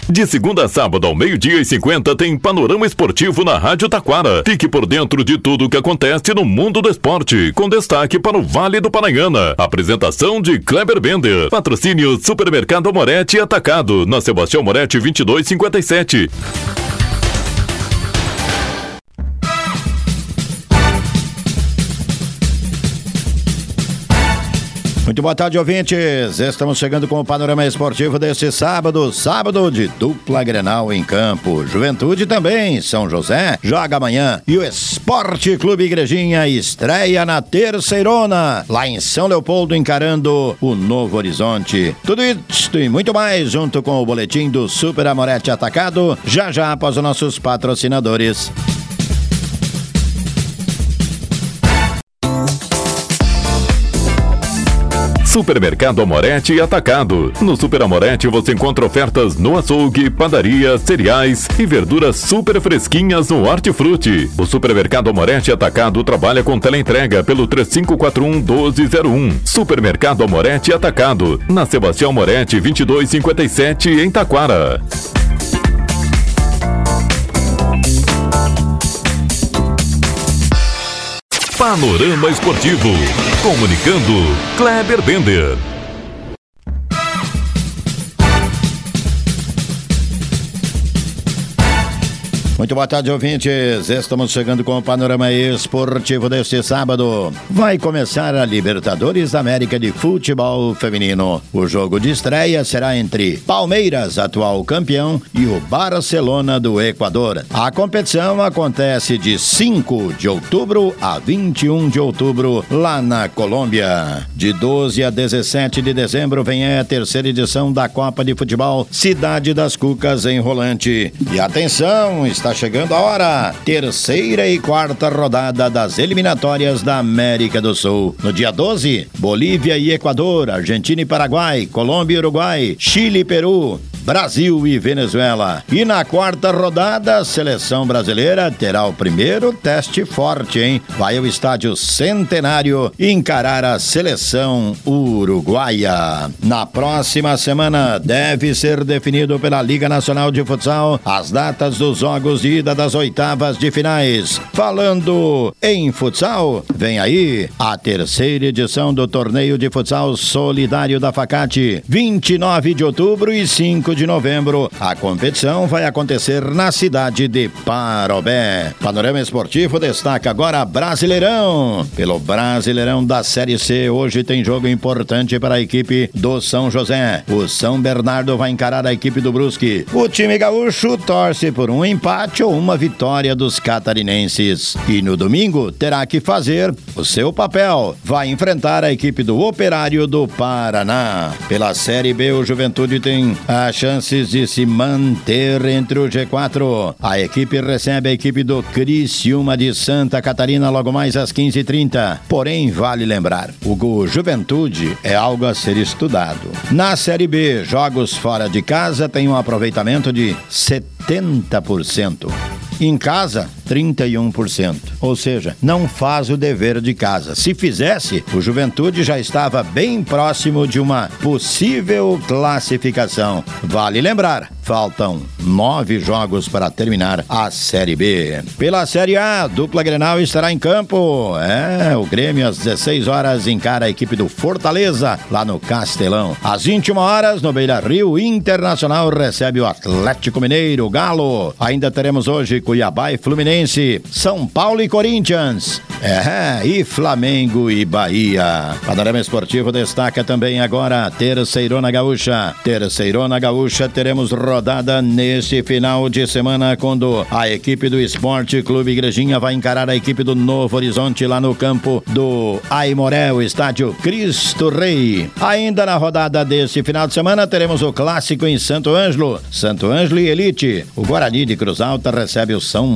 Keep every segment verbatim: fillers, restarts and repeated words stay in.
De segunda a sábado, ao meio-dia e cinquenta, tem Panorama Esportivo na Rádio Taquara. Fique por dentro de tudo o que acontece no mundo do esporte, com destaque para o Vale do Paranhana. Apresentação de Kleber Bender. Patrocínio Supermercado Moretti Atacado, na Sebastião Moretti vinte e dois cinquenta e sete. Muito boa tarde, ouvintes. Estamos chegando com o Panorama Esportivo deste sábado, sábado de dupla Grenal em campo. Juventude também, São José, joga amanhã. E o Esporte Clube Igrejinha estreia na Terceirona, lá em São Leopoldo, encarando o Novo Horizonte. Tudo isso e muito mais, junto com o boletim do Super Amoretti Atacado, já já após os nossos patrocinadores. Supermercado Amoretti Atacado. No Super Amoretti você encontra ofertas no açougue, padaria, cereais e verduras super fresquinhas no Hortifruti. O Supermercado Amoretti Atacado trabalha com teleentrega pelo três cinco quatro um, um dois zero um. Supermercado Amoretti Atacado, na Sebastião Moretti vinte e dois cinquenta e sete, em Taquara. Panorama Esportivo. Comunicando, Kleber Bender. Muito boa tarde, ouvintes. Estamos chegando com o Panorama Esportivo deste sábado. Vai começar a Libertadores da América de Futebol Feminino. O jogo de estreia será entre Palmeiras, atual campeão, e o Barcelona do Equador. A competição acontece de cinco de outubro a vinte e um de outubro, lá na Colômbia. De doze a dezessete de dezembro vem a terceira edição da Copa de Futebol Cidade das Cucas, em Rolante. E atenção, está Está chegando a hora, terceira e quarta rodada das eliminatórias da América do Sul. No dia doze, Bolívia e Equador, Argentina e Paraguai, Colômbia e Uruguai, Chile e Peru, Brasil e Venezuela. E na quarta rodada, a seleção brasileira terá o primeiro teste forte, hein? Vai ao estádio Centenário encarar a seleção uruguaia. Na próxima semana, deve ser definido pela Liga Nacional de Futsal as datas dos jogos de ida das oitavas de finais. Falando em futsal, vem aí a terceira edição do Torneio de Futsal Solidário da Facate, vinte e nove de outubro e cinco de novembro. A competição vai acontecer na cidade de Parobé. Panorama Esportivo destaca agora Brasileirão. Pelo Brasileirão da Série C, hoje tem jogo importante para a equipe do São José. O São Bernardo vai encarar a equipe do Brusque. O time gaúcho torce por um empate ou uma vitória dos catarinenses. E no domingo terá que fazer o seu papel. Vai enfrentar a equipe do Operário do Paraná. Pela Série B, o Juventude tem a chances de se manter entre o G quatro. A equipe recebe a equipe do Criciúma de Santa Catarina logo mais às quinze e trinta. Porém, vale lembrar, o Juventude é algo a ser estudado. Na Série B, jogos fora de casa têm um aproveitamento de setenta por cento. Em casa, trinta e um por cento. Ou seja, não faz o dever de casa. Se fizesse, o Juventude já estava bem próximo de uma possível classificação. Vale lembrar, faltam nove jogos para terminar a Série B. Pela Série A, dupla Grenal estará em campo. É, o Grêmio às dezesseis horas encara a equipe do Fortaleza, lá no Castelão. Às vinte e uma horas, no Beira-Rio, o Internacional recebe o Atlético Mineiro, o Galo. Ainda teremos hoje Cuiabá e Fluminense, São Paulo e Corinthians, é, e Flamengo e Bahia. Panorama Esportivo destaca também agora Terceirona Gaúcha. Terceirona Gaúcha, teremos rodada neste final de semana, quando a equipe do Esporte Clube Igrejinha vai encarar a equipe do Novo Horizonte lá no campo do Aimoré, o estádio Cristo Rei. Ainda na rodada deste final de semana, teremos o clássico em Santo Ângelo, Santo Ângelo e Elite. O Guarani de Cruz Alta recebe o São Borja.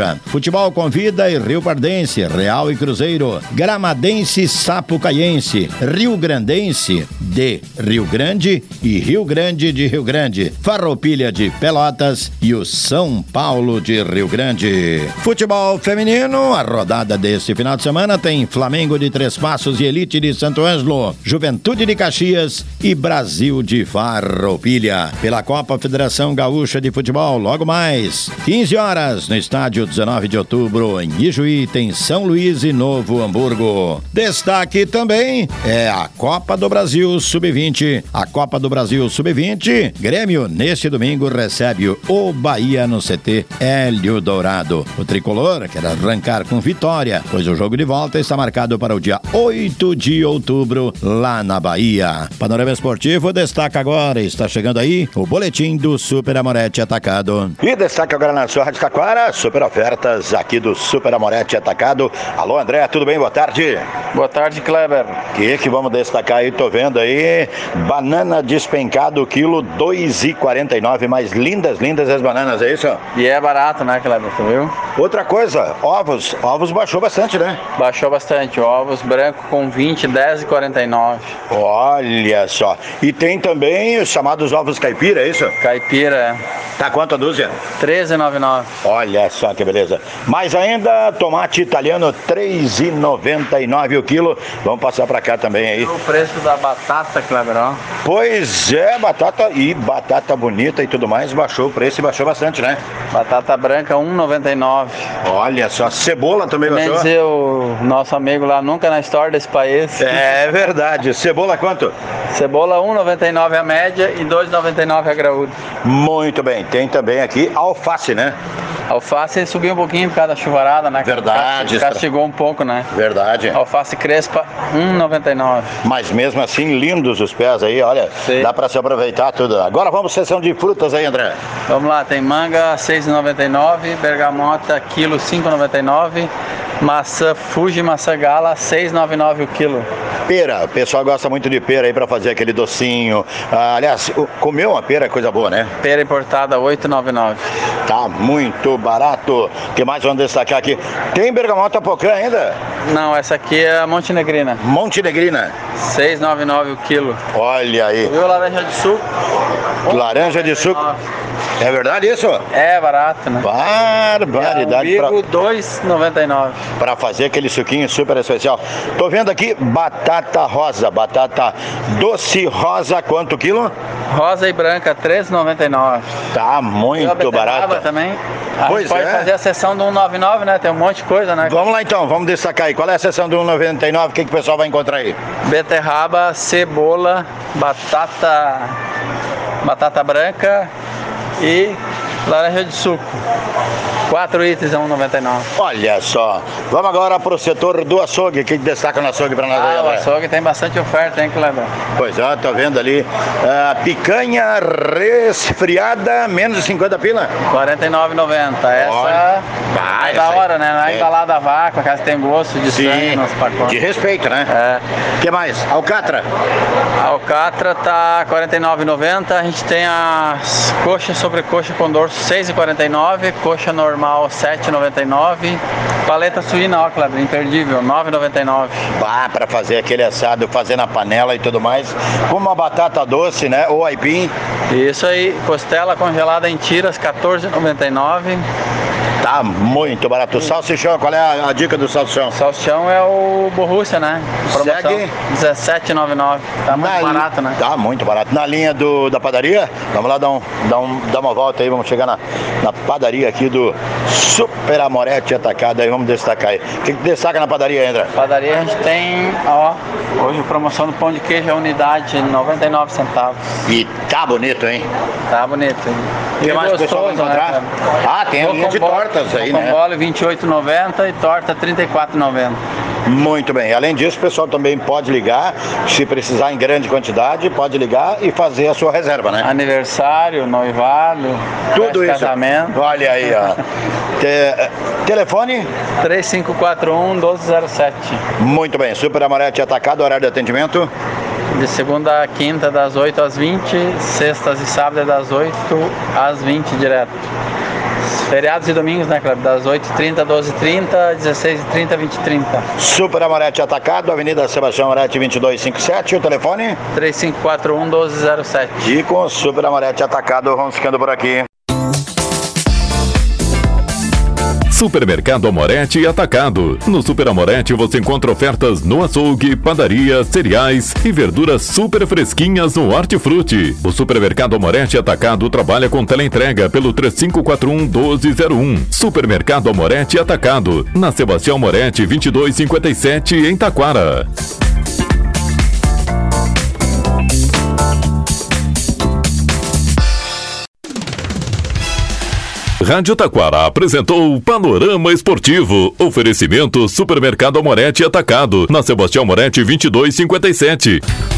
Bahia. Futebol Convida e Rio Pardense, Real e Cruzeiro, Gramadense, Sapucaiense, Rio Grandense de Rio Grande e Rio Grande de Rio Grande, Farroupilha de Pelotas e o São Paulo de Rio Grande. Futebol feminino, a rodada desse final de semana tem Flamengo de Três Passos e Elite de Santo Ângelo, Juventude de Caxias e Brasil de Farroupilha. Pela Copa Federação Gaúcha de Futebol, logo mais, quinze horas, no estádio dezenove de outubro, em Ijuí, tem São Luís e Novo Hamburgo. Destaque também é a Copa do Brasil sub vinte. A Copa do Brasil sub vinte, Grêmio, neste domingo, recebe o Bahia no C T Hélio Dourado. O tricolor quer arrancar com vitória, pois o jogo de volta está marcado para o dia oito de outubro, lá na Bahia. Panorama Esportivo destaca agora, está chegando aí o boletim do Super Amorete Atacado. E destaca agora na sua Rádio Taquara, super ofertas aqui do Super Amorete Atacado. Alô, André, tudo bem? Boa tarde. Boa tarde, Kleber. O que que vamos destacar aí? Tô vendo aí, banana despencado, quilo dois e quarenta e nove, mais lindas, lindas as bananas, é isso? E é barato, né, Kleber, tu viu? Outra coisa, ovos, ovos baixou bastante, né? Baixou bastante, ovos branco com vinte, dez e quarenta e nove. Olha só, e tem também os chamados ovos caipira, é isso? Caipira, é. Tá quanto a dúzia? treze e noventa e nove. Olha só que beleza. Mais ainda, tomate italiano, três e noventa e nove o quilo. Vamos passar pra cá também aí. O preço da batata, Kleber, ó. Pois é, batata e batata bonita e tudo mais, baixou o preço e baixou bastante, né? Batata branca, um e noventa e nove. Olha só, cebola também Quer baixou? dizer, o nosso amigo lá, nunca na história desse país. É verdade. Cebola quanto? Cebola, um e noventa e nove a média e dois e noventa e nove a graúda. Muito bem. Tem também aqui alface, né? Alface subiu um pouquinho por causa da chuvarada, né? Verdade. Castigou um pouco, né? Verdade. Alface crespa, um e noventa e nove. Mas mesmo assim, lindos os pés aí, olha. Sim. Dá pra se aproveitar tudo. Agora vamos à sessão de frutas aí, André. Vamos lá, tem manga, seis e noventa e nove, bergamota, quilo, cinco e noventa e nove, maçã Fuji, maçã Gala, seis e noventa e nove o quilo. Pera, o pessoal gosta muito de pera aí pra fazer aquele docinho. Ah, aliás, comer uma pera é coisa boa, né? Pera importada, oito e noventa e nove. Tá muito barato. O que mais vamos destacar aqui? Tem bergamota pocã ainda? Não, essa aqui é a Montenegrina. Montenegrina. seis e noventa e nove o quilo. Olha aí. Viu laranja de suco? Laranja de suco. É verdade isso? É barato, né? Barbaridade. É, umbigo, dois e noventa e nove. Para fazer aquele suquinho super especial. Tô vendo aqui batata rosa, batata doce rosa, quanto quilo? Rosa e branca, três e noventa e nove. Tá muito barato. Também. A pois gente pode é. fazer a sessão do um e noventa e nove, né? Tem um monte de coisa, né? Vamos lá então, vamos destacar aí. Qual é a sessão do um e noventa e nove? O que, que o pessoal vai encontrar aí? Beterraba, cebola, batata, batata branca e laranja de suco. Quatro itens a um e noventa e nove. Olha só. Vamos agora pro setor do açougue. O que destaca no açougue para nós ah, aí, o André? açougue tem bastante oferta, hein, Kleber? Pois é, tô vendo ali. Uh, picanha resfriada, menos de cinquenta pila. quarenta e nove e noventa. Essa Olha. Ah, é da hora, né? Não é, é. embalada a vácuo, aquela que tem gosto de Sim, sangue nos pacotes. De respeito, né? É. O que mais? Alcatra. A alcatra tá quarenta e nove e noventa. A gente tem as coxas sobre coxa com dorso seis e quarenta e nove, coxa normal sete e noventa e nove, paleta suína, ó, Kleber, imperdível, nove e noventa e nove. Ah, para fazer aquele assado, fazer na panela e tudo mais, com uma batata doce, né, ou aipim. Isso aí, costela congelada em tiras, quatorze e noventa e nove. Tá muito barato. Salsichão, qual é a, a dica do salsichão? Salsichão é o Borrússia, né? Promoção, segue dezessete e noventa e nove. Tá muito na barato, né? Tá muito barato. Na linha do, da padaria, vamos lá dar, um, dar, um, dar uma volta aí, vamos chegar na, na padaria aqui do Super Amorete Atacado, aí vamos destacar aí. O que, que destaca na padaria, André? Padaria a gente tem, ó, hoje promoção do pão de queijo, a unidade, noventa e nove centavos. E tá bonito, hein? Tá bonito, hein? O que mais o pessoal vai encontrar? Né, ah, tem a linha de tortas aí, né? Bombole vinte e oito e noventa e torta trinta e quatro e noventa. Muito bem. Além disso, o pessoal também pode ligar, se precisar em grande quantidade, pode ligar e fazer a sua reserva, né? Aniversário, noivado, tudo isso. Casamento. Olha aí, ó. Te, telefone? três cinco quatro um, um dois zero sete. Muito bem. Super Amorete Atacado, horário de atendimento? De segunda a quinta, das oito às vinte, sextas e sábados das oito às vinte direto. feriados e domingos, né, Cleber? Das oito e trinta, doze e trinta, dezesseis e trinta, vinte e trinta. Super Amorete Atacado, Avenida Sebastião Amorete vinte e dois cinquenta e sete, o telefone? três cinco quatro um, um dois zero sete. E com o Super Amorete Atacado, vamos ficando por aqui. Supermercado Amorete Atacado. No Super Amorete você encontra ofertas no açougue, padaria, cereais e verduras super fresquinhas no Hortifruti. O Supermercado Amorete Atacado trabalha com teleentrega pelo três cinco quatro um, um dois zero um. Supermercado Amorete Atacado, na Sebastião Amorete vinte e dois cinquenta e sete, em Taquara. Rádio Taquara apresentou o Panorama Esportivo. Oferecimento Supermercado Amorete Atacado, na Sebastião Amorete vinte e dois cinquenta e sete.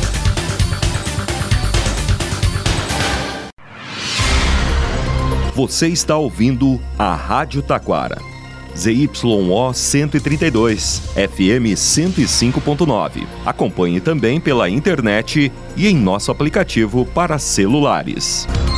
Você está ouvindo a Rádio Taquara. Z Y O cento e trinta e dois, F M cento e cinco ponto nove. Acompanhe também pela internet e em nosso aplicativo para celulares.